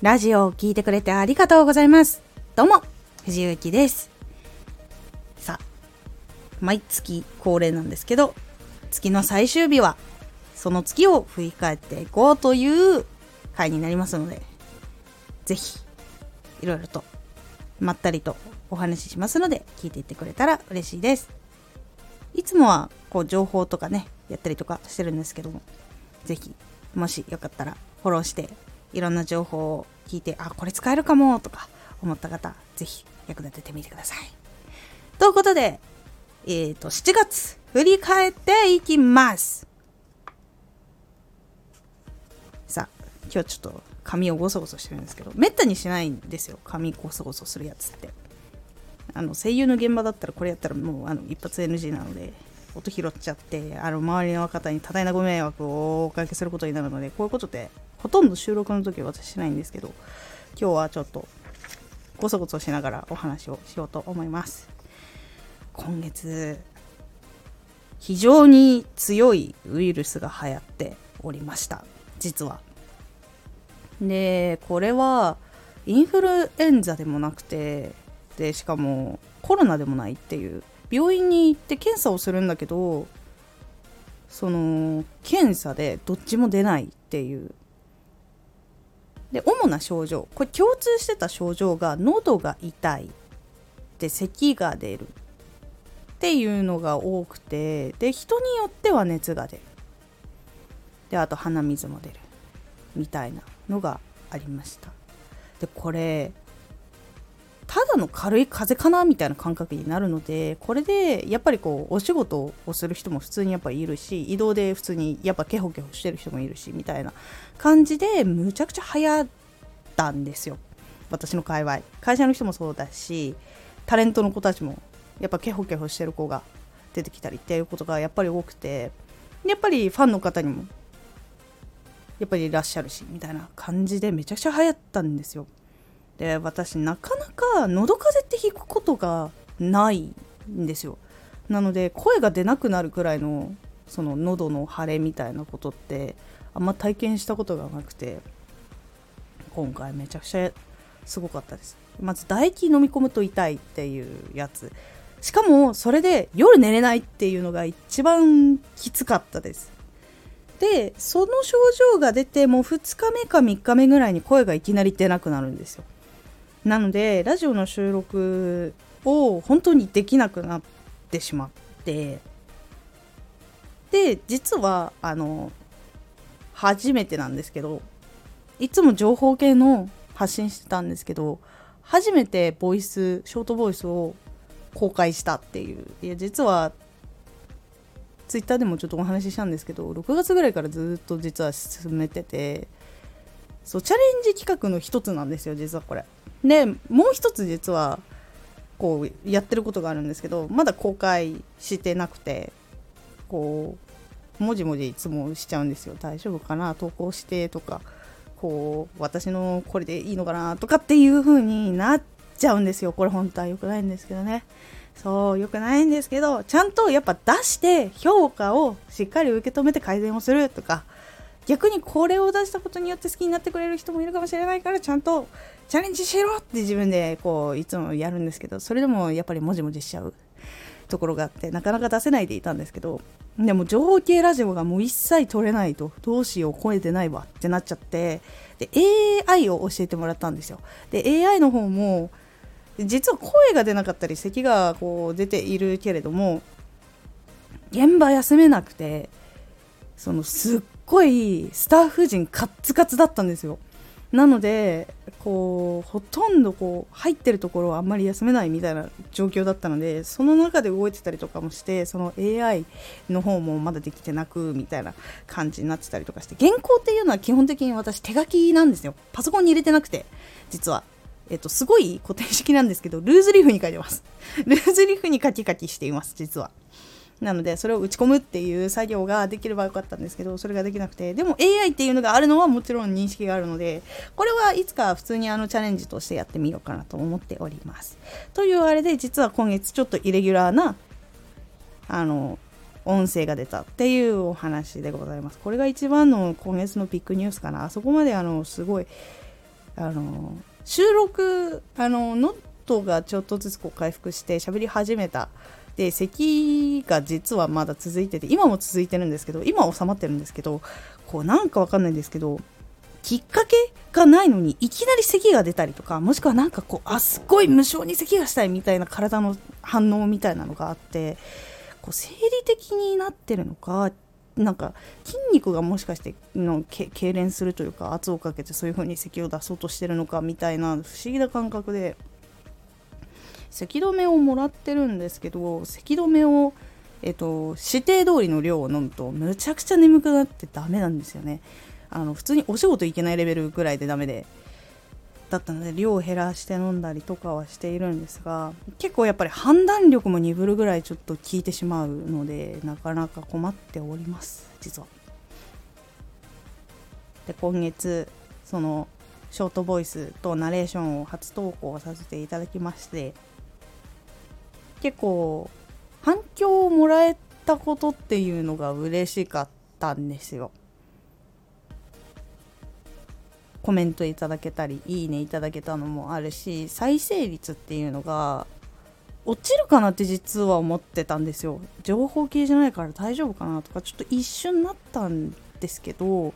ラジオを聞いてくれてありがとうございます。どうも藤幸です。さあ、毎月恒例なんですけど、月の最終日はその月を振り返っていこうという回になりますので、ぜひいろいろとまったりとお話ししますので聞いていってくれたら嬉しいです。いつもはこう情報とかねやったりとかしてるんですけども、ぜひもしよかったらフォローしていろんな情報を聞いて、これ使えるかもとか思った方、ぜひ役立ててみてください。ということで、7月振り返っていきます。さあ、今日ちょっと髪をゴソゴソしてるんですけど、めったにしないんですよ、髪ゴソゴソするやつって。声優の現場だったらこれやったらもう一発 NG なので、音拾っちゃって周りの方に多大なご迷惑をおかけすることになるので、こういうことってほとんど収録の時は私しないんですけど、今日はちょっとゴソゴソしながらお話をしようと思います。今月非常に強いウイルスが流行っておりました、実は。で、これはインフルエンザでもなくて、でしかもコロナでもないっていう、病院に行って検査をするんだけど、その検査でどっちも出ないっていう。で、主な症状、これ共通してた症状が喉が痛いで咳が出るっていうのが多くて、で人によっては熱が出る、であと鼻水も出るみたいなのがありました。でこれただの軽い風邪かなみたいな感覚になるので、これでやっぱりこうお仕事をする人も普通にやっぱりいるし、移動で普通にやっぱケホケホしてる人もいるしみたいな感じで、むちゃくちゃ流行ったんですよ、私の界隈。会社の人もそうだし、タレントの子たちもやっぱケホケホしてる子が出てきたりっていうことがやっぱり多くて、やっぱりファンの方にもやっぱりいらっしゃるしみたいな感じで、めちゃくちゃ流行ったんですよ。で、私なかなか喉風邪ってひくことがないんですよ。なので声が出なくなるくらいのその喉の腫れみたいなことってあんま体験したことがなくて、今回めちゃくちゃすごかったです。まず唾液飲み込むと痛いっていうやつ、しかもそれで夜寝れないっていうのが一番きつかったです。でその症状が出てもう2日目か3日目ぐらいに声がいきなり出なくなるんですよ。なのでラジオの収録を本当にできなくなってしまって、で実は初めてなんですけど、いつも情報系の発信してたんですけど、初めてショートボイスを公開したっていう。いや、実はツイッターでもちょっとお話ししたんですけど、6月ぐらいからずっと実は進めてて、そうチャレンジ企画の一つなんですよ、実はこれ。でもう一つ実はこうやってることがあるんですけど、まだ公開してなくて、こうもじもじいつもしちゃうんですよ。大丈夫かな、投稿してとか、こう私のこれでいいのかなとかっていう風になっちゃうんですよ。これ本当は良くないんですけどね。そう良くないんですけど、ちゃんとやっぱ出して評価をしっかり受け止めて改善をするとか、逆にこれを出したことによって好きになってくれる人もいるかもしれないから、ちゃんとチャレンジしろって自分でこういつもやるんですけど、それでもやっぱりもじもじしちゃうところがあって、なかなか出せないでいたんですけど、でも情報系ラジオがもう一切取れないと、どうしよう声出ないわってなっちゃって、で AI を教えてもらったんですよ。で AI の方も実は声が出なかったり咳がこう出ているけれども、現場休めなくて、そのすっごいスタッフ陣カッツカツだったんですよ。なのでこうほとんどこう入ってるところはあんまり休めないみたいな状況だったので、その中で動いてたりとかもして、その AI の方もまだできてなくみたいな感じになってたりとかして、原稿っていうのは基本的に私手書きなんですよ。パソコンに入れてなくて、実はすごい古典式なんですけど、ルーズリーフに書いてます。ルーズリーフに書きしています、実は。なのでそれを打ち込むっていう作業ができればよかったんですけど、それができなくて、でも AI っていうのがあるのはもちろん認識があるので、これはいつか普通にチャレンジとしてやってみようかなと思っております。というあれで、実は今月ちょっとイレギュラーな音声が出たっていうお話でございます。これが一番の今月のビッグニュースかな。あそこまですごい収録ノットがちょっとずつこう回復して喋り始めた。で咳が実はまだ続いてて、今も続いてるんですけど、今は収まってるんですけど、こうなんかわかんないんですけど、きっかけがないのにいきなり咳が出たりとか、もしくはなんかこうすっごい無性に咳がしたいみたいな体の反応みたいなのがあって、こう生理的になってるのか、なんか筋肉がもしかして痙攣するというか、圧をかけてそういう風に咳を出そうとしてるのかみたいな不思議な感覚で、咳止めをもらってるんですけど、咳止めを、指定通りの量を飲むとむちゃくちゃ眠くなってダメなんですよね。普通にお仕事行けないレベルぐらいでダメだったので、量を減らして飲んだりとかはしているんですが、結構やっぱり判断力も鈍るぐらいちょっと効いてしまうので、なかなか困っております実は。で今月そのショートボイスとナレーションを初投稿させていただきまして、結構反響をもらえたことっていうのが嬉しかったんですよ。コメントいただけたりいいねいただけたのもあるし、再生率っていうのが落ちるかなって実は思ってたんですよ。情報系じゃないから大丈夫かなとかちょっと一瞬なったんですけど、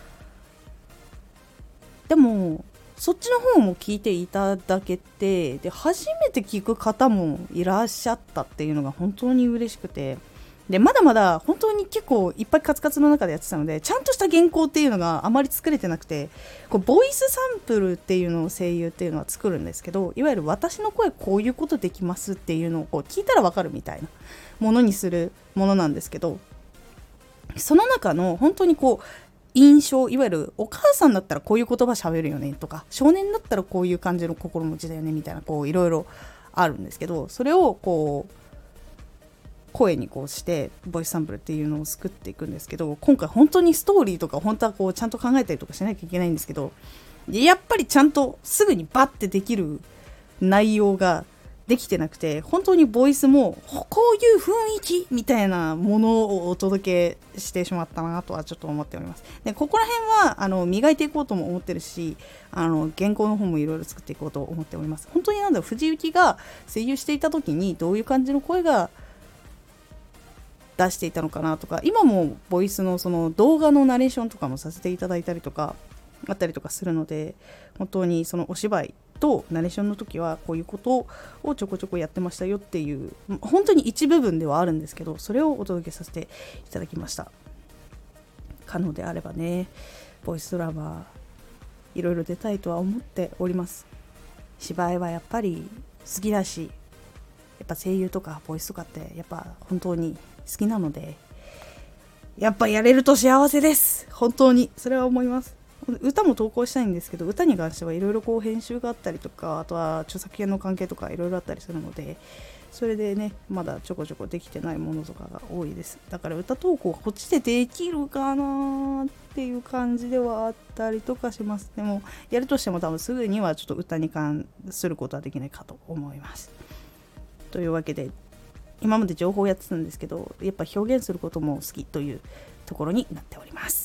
でもそっちの方も聞いていただけて、で初めて聞く方もいらっしゃったっていうのが本当に嬉しくて、でまだまだ本当に結構いっぱいカツカツの中でやってたので、ちゃんとした原稿っていうのがあまり作れてなくて、こうボイスサンプルっていうのを声優っていうのは作るんですけど、いわゆる私の声こういうことできますっていうのをこう聞いたらわかるみたいなものにするものなんですけど、その中の本当にこう印象、いわゆるお母さんだったらこういう言葉喋るよねとか、少年だったらこういう感じの心持ちだよねみたいな、こういろいろあるんですけど、それをこう声にこうしてボイスサンプルっていうのを作っていくんですけど、今回本当にストーリーとか本当はこうちゃんと考えたりとかしなきゃいけないんですけど、やっぱりちゃんとすぐにバッてできる内容ができてなくて、本当にボイスもこういう雰囲気みたいなものをお届けしてしまったなとはちょっと思っております。でここら辺は磨いていこうとも思ってるし、原稿の方もいろいろ作っていこうと思っております。本当に藤幸が声優していた時にどういう感じの声が出していたのかなとか、今もボイスのその動画のナレーションとかもさせていただいたりとかあったりとかするので、本当にそのお芝居とナレーションの時はこういうことをちょこちょこやってましたよっていう、本当に一部分ではあるんですけど、それをお届けさせていただきました。可能であればね、ボイスドラマいろいろ出たいとは思っております。芝居はやっぱり好きだし、やっぱ声優とかボイスとかってやっぱ本当に好きなので、やっぱやれると幸せです。本当にそれは思います。歌も投稿したいんですけど、歌に関してはいろいろこう編集があったりとか、あとは著作権の関係とかいろいろあったりするので、それでねまだちょこちょこできてないものとかが多いです。だから歌投稿こっちでできるかなっていう感じではあったりとかします。でもやるとしても多分すぐにはちょっと歌に関することはできないかと思います。というわけで今まで情報をやってたんですけど、やっぱ表現することも好きというところになっております。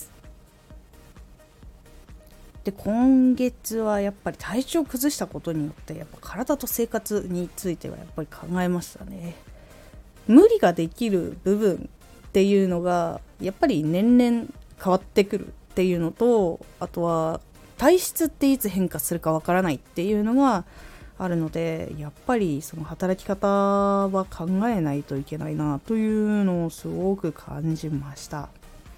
で今月はやっぱり体調を崩したことによって、やっぱ体と生活についてはやっぱり考えましたね。無理ができる部分っていうのがやっぱり年々変わってくるっていうのと、あとは体質っていつ変化するかわからないっていうのがあるので、やっぱりその働き方は考えないといけないなというのをすごく感じました。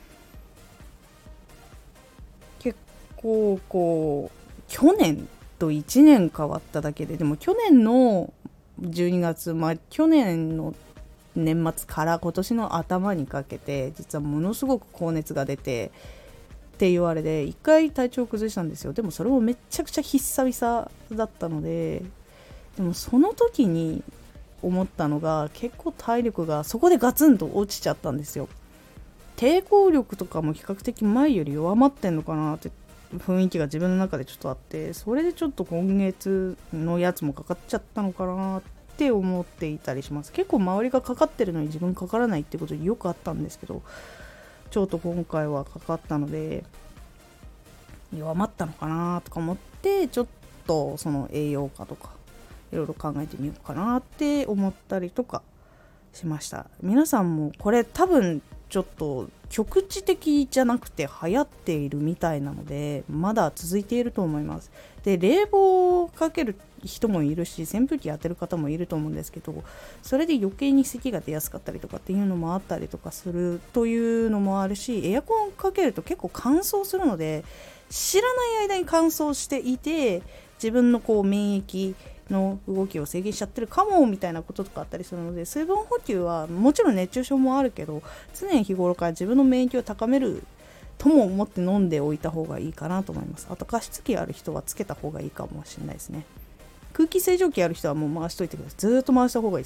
結構こう去年と1年変わっただけで、でも去年の12月、去年の年末から今年の頭にかけて実はものすごく高熱が出てって言われで一回体調を崩したんですよ。でもそれもめちゃくちゃ久々だったので、でもその時に思ったのが、結構体力がそこでガツンと落ちちゃったんですよ。抵抗力とかも比較的前より弱まってんのかなって雰囲気が自分の中でちょっとあって、それでちょっと今月のやつもかかっちゃったのかなって思っていたりします。結構周りがかかってるのに自分かからないってことよくあったんですけど、ちょっと今回はかかったので弱まったのかなとか思って、ちょっとその栄養価とかいろいろ考えてみようかなって思ったりとかしました。皆さんもこれ多分ちょっと局地的じゃなくて流行っているみたいなので、まだ続いていると思います。で、冷房をかける人もいるし、扇風機やってる方もいると思うんですけど、それで余計に咳が出やすかったりとかっていうのもあったりとかするというのもあるし、エアコンかけると結構乾燥するので、知らない間に乾燥していて、自分の免疫の動きを制限しちゃってるかもみたいなこととかあったりするので、水分補給はもちろん熱中症もあるけど、常に日頃から自分の免疫を高めるとも思って飲んでおいた方がいいかなと思います。あと加湿器ある人はつけた方がいいかもしれないですね。空気清浄機ある人はもう回しといてください。ずっと回した方がいいです。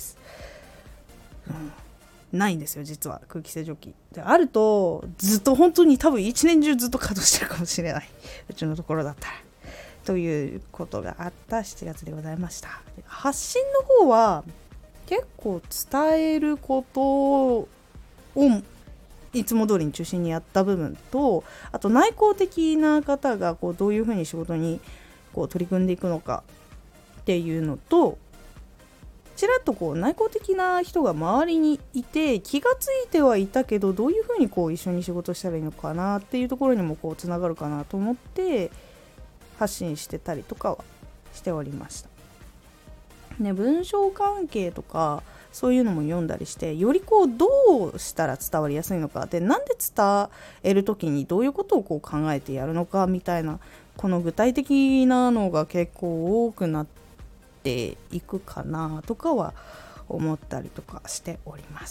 ないんですよ実は空気清浄機で。あるとずっと本当に多分一年中ずっと稼働してるかもしれない、うちのところだったらということがあった7月でございました。発信の方は結構伝えることをいつも通りに中心にやった部分と、あと内向的な方がどういうふうに仕事に取り組んでいくのかっていうのと、ちらっと内向的な人が周りにいて気がついてはいたけど、どういうふうに一緒に仕事したらいいのかなっていうところにもつながるかなと思って発信してたりとかはしておりましたね。文章関係とかそういうのも読んだりして、よりどうしたら伝わりやすいのかで、なんで伝える時にどういうことを考えてやるのかみたいな、この具体的なのが結構多くなっていくかなとかは思ったりとかしております。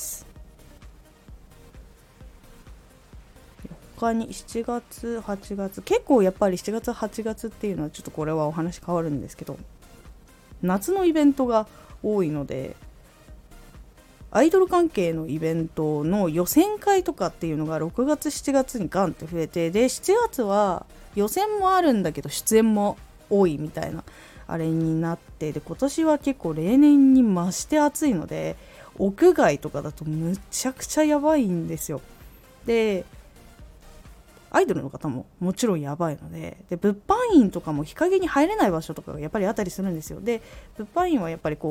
他に7月8月結構やっぱり7月8月っていうのはちょっとこれはお話変わるんですけど、夏のイベントが多いので、アイドル関係のイベントの予選会とかっていうのが6月7月にガンって増えて、で7月は予選もあるんだけど出演も多いみたいなあれになって、で今年は結構例年に増して暑いので、屋外とかだとむちゃくちゃやばいんですよ。でアイドルの方ももちろんやばいので、物販員とかも日陰に入れない場所とかがやっぱりあったりするんですよ。で物販員はやっぱり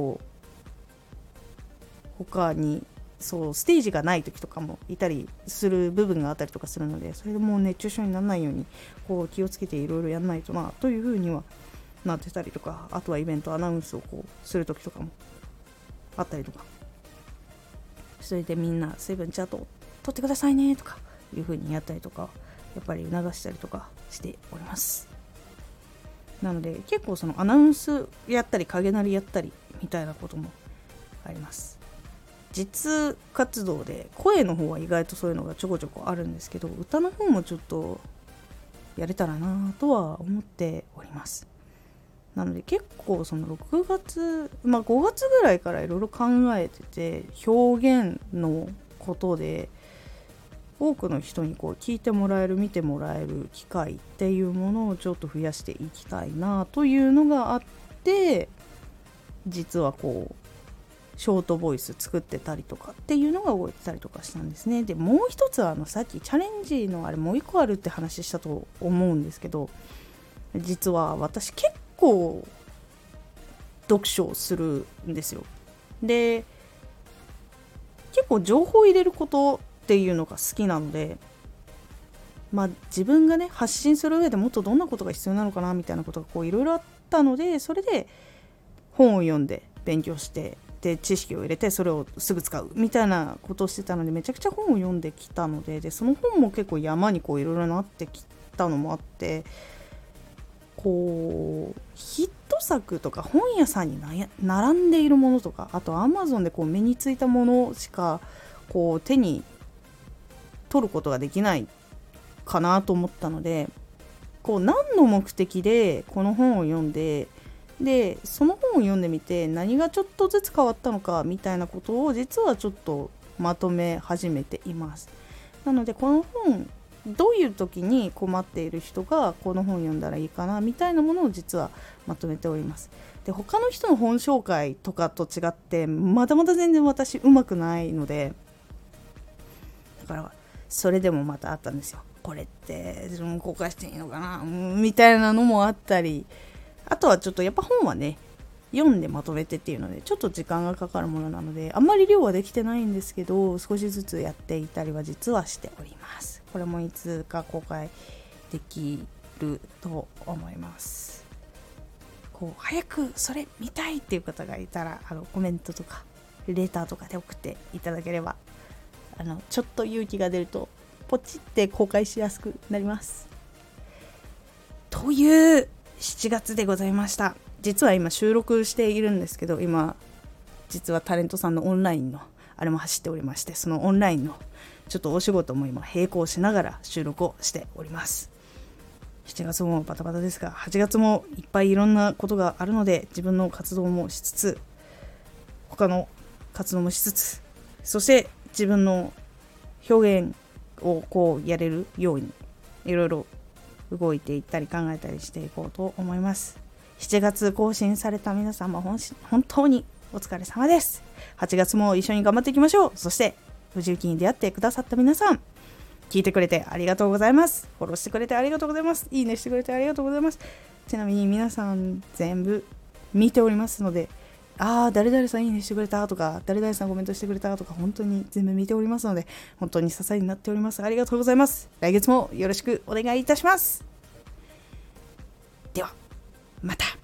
他にステージがない時とかもいたりする部分があったりとかするので、それでもう熱中症にならないように気をつけていろいろやらないとなというふうにはなってたりとか、あとはイベントアナウンスをする時とかもあったりとか、それでみんな水分ちゃんと取ってくださいねとかいうふうにやったりとか、やっぱり促したりとかしております。なので結構アナウンスやったり影鳴りやったりみたいなこともあります。実活動で声の方は意外とそういうのがちょこちょこあるんですけど、歌の方もちょっとやれたらなとは思っております。なので結構6月、5月ぐらいからいろいろ考えてて、表現のことで多くの人に聞いてもらえる見てもらえる機会っていうものをちょっと増やしていきたいなというのがあって、実はショートボイス作ってたりとかっていうのが動いてたりとかしたんですね。でもう一つはさっきチャレンジのもう一個あるって話したと思うんですけど、実は私結構読書をするんですよ。で結構情報を入れることっていうのが好きなので、自分がね発信する上でもっとどんなことが必要なのかなみたいなことがいろいろあったので、それで本を読んで勉強してで知識を入れてそれをすぐ使うみたいなことをしてたので、めちゃくちゃ本を読んできたので、その本も結構山にいろいろなってきたのもあって、ヒット作とか本屋さんに並んでいるものとか、あと Amazon で目についたものしか手に取ることができないかなと思ったので、何の目的でこの本を読んで、その本を読んでみて何がちょっとずつ変わったのかみたいなことを実はちょっとまとめ始めています。なのでこの本どういう時に困っている人がこの本読んだらいいかなみたいなものを実はまとめております。で他の人の本紹介とかと違ってまだまだ全然私うまくないので、だからそれでもまたあったんですよ。これって自分公開していいのかな、みたいなのもあったり、あとはちょっとやっぱ本はね読んでまとめてっていうのでちょっと時間がかかるものなのであんまり量はできてないんですけど、少しずつやっていたりは実はしております。これもいつか公開できると思います。こう早くそれ見たいっていう方がいたらコメントとかレターとかで送っていただければちょっと勇気が出るとポチって公開しやすくなりますという7月でございました。実は今収録しているんですけど、今実はタレントさんのオンラインのあれも走っておりまして、そのオンラインのちょっとお仕事も今並行しながら収録をしております。7月もバタバタですが、8月もいっぱいいろんなことがあるので、自分の活動もしつつ他の活動もしつつ、そして自分の表現をこうやれるようにいろいろ動いていったり考えたりしていこうと思います。7月更新された皆様本当にお疲れ様です。8月も一緒に頑張っていきましょう。そして藤雪に出会ってくださった皆さん、聞いてくれてありがとうございます。フォローしてくれてありがとうございます。いいねしてくれてありがとうございます。ちなみに皆さん全部見ておりますので、誰々さんいいねしてくれたとか、誰々さんコメントしてくれたとか、本当に全部見ておりますので、本当に支えになっております。ありがとうございます。来月もよろしくお願いいたします。ではまた。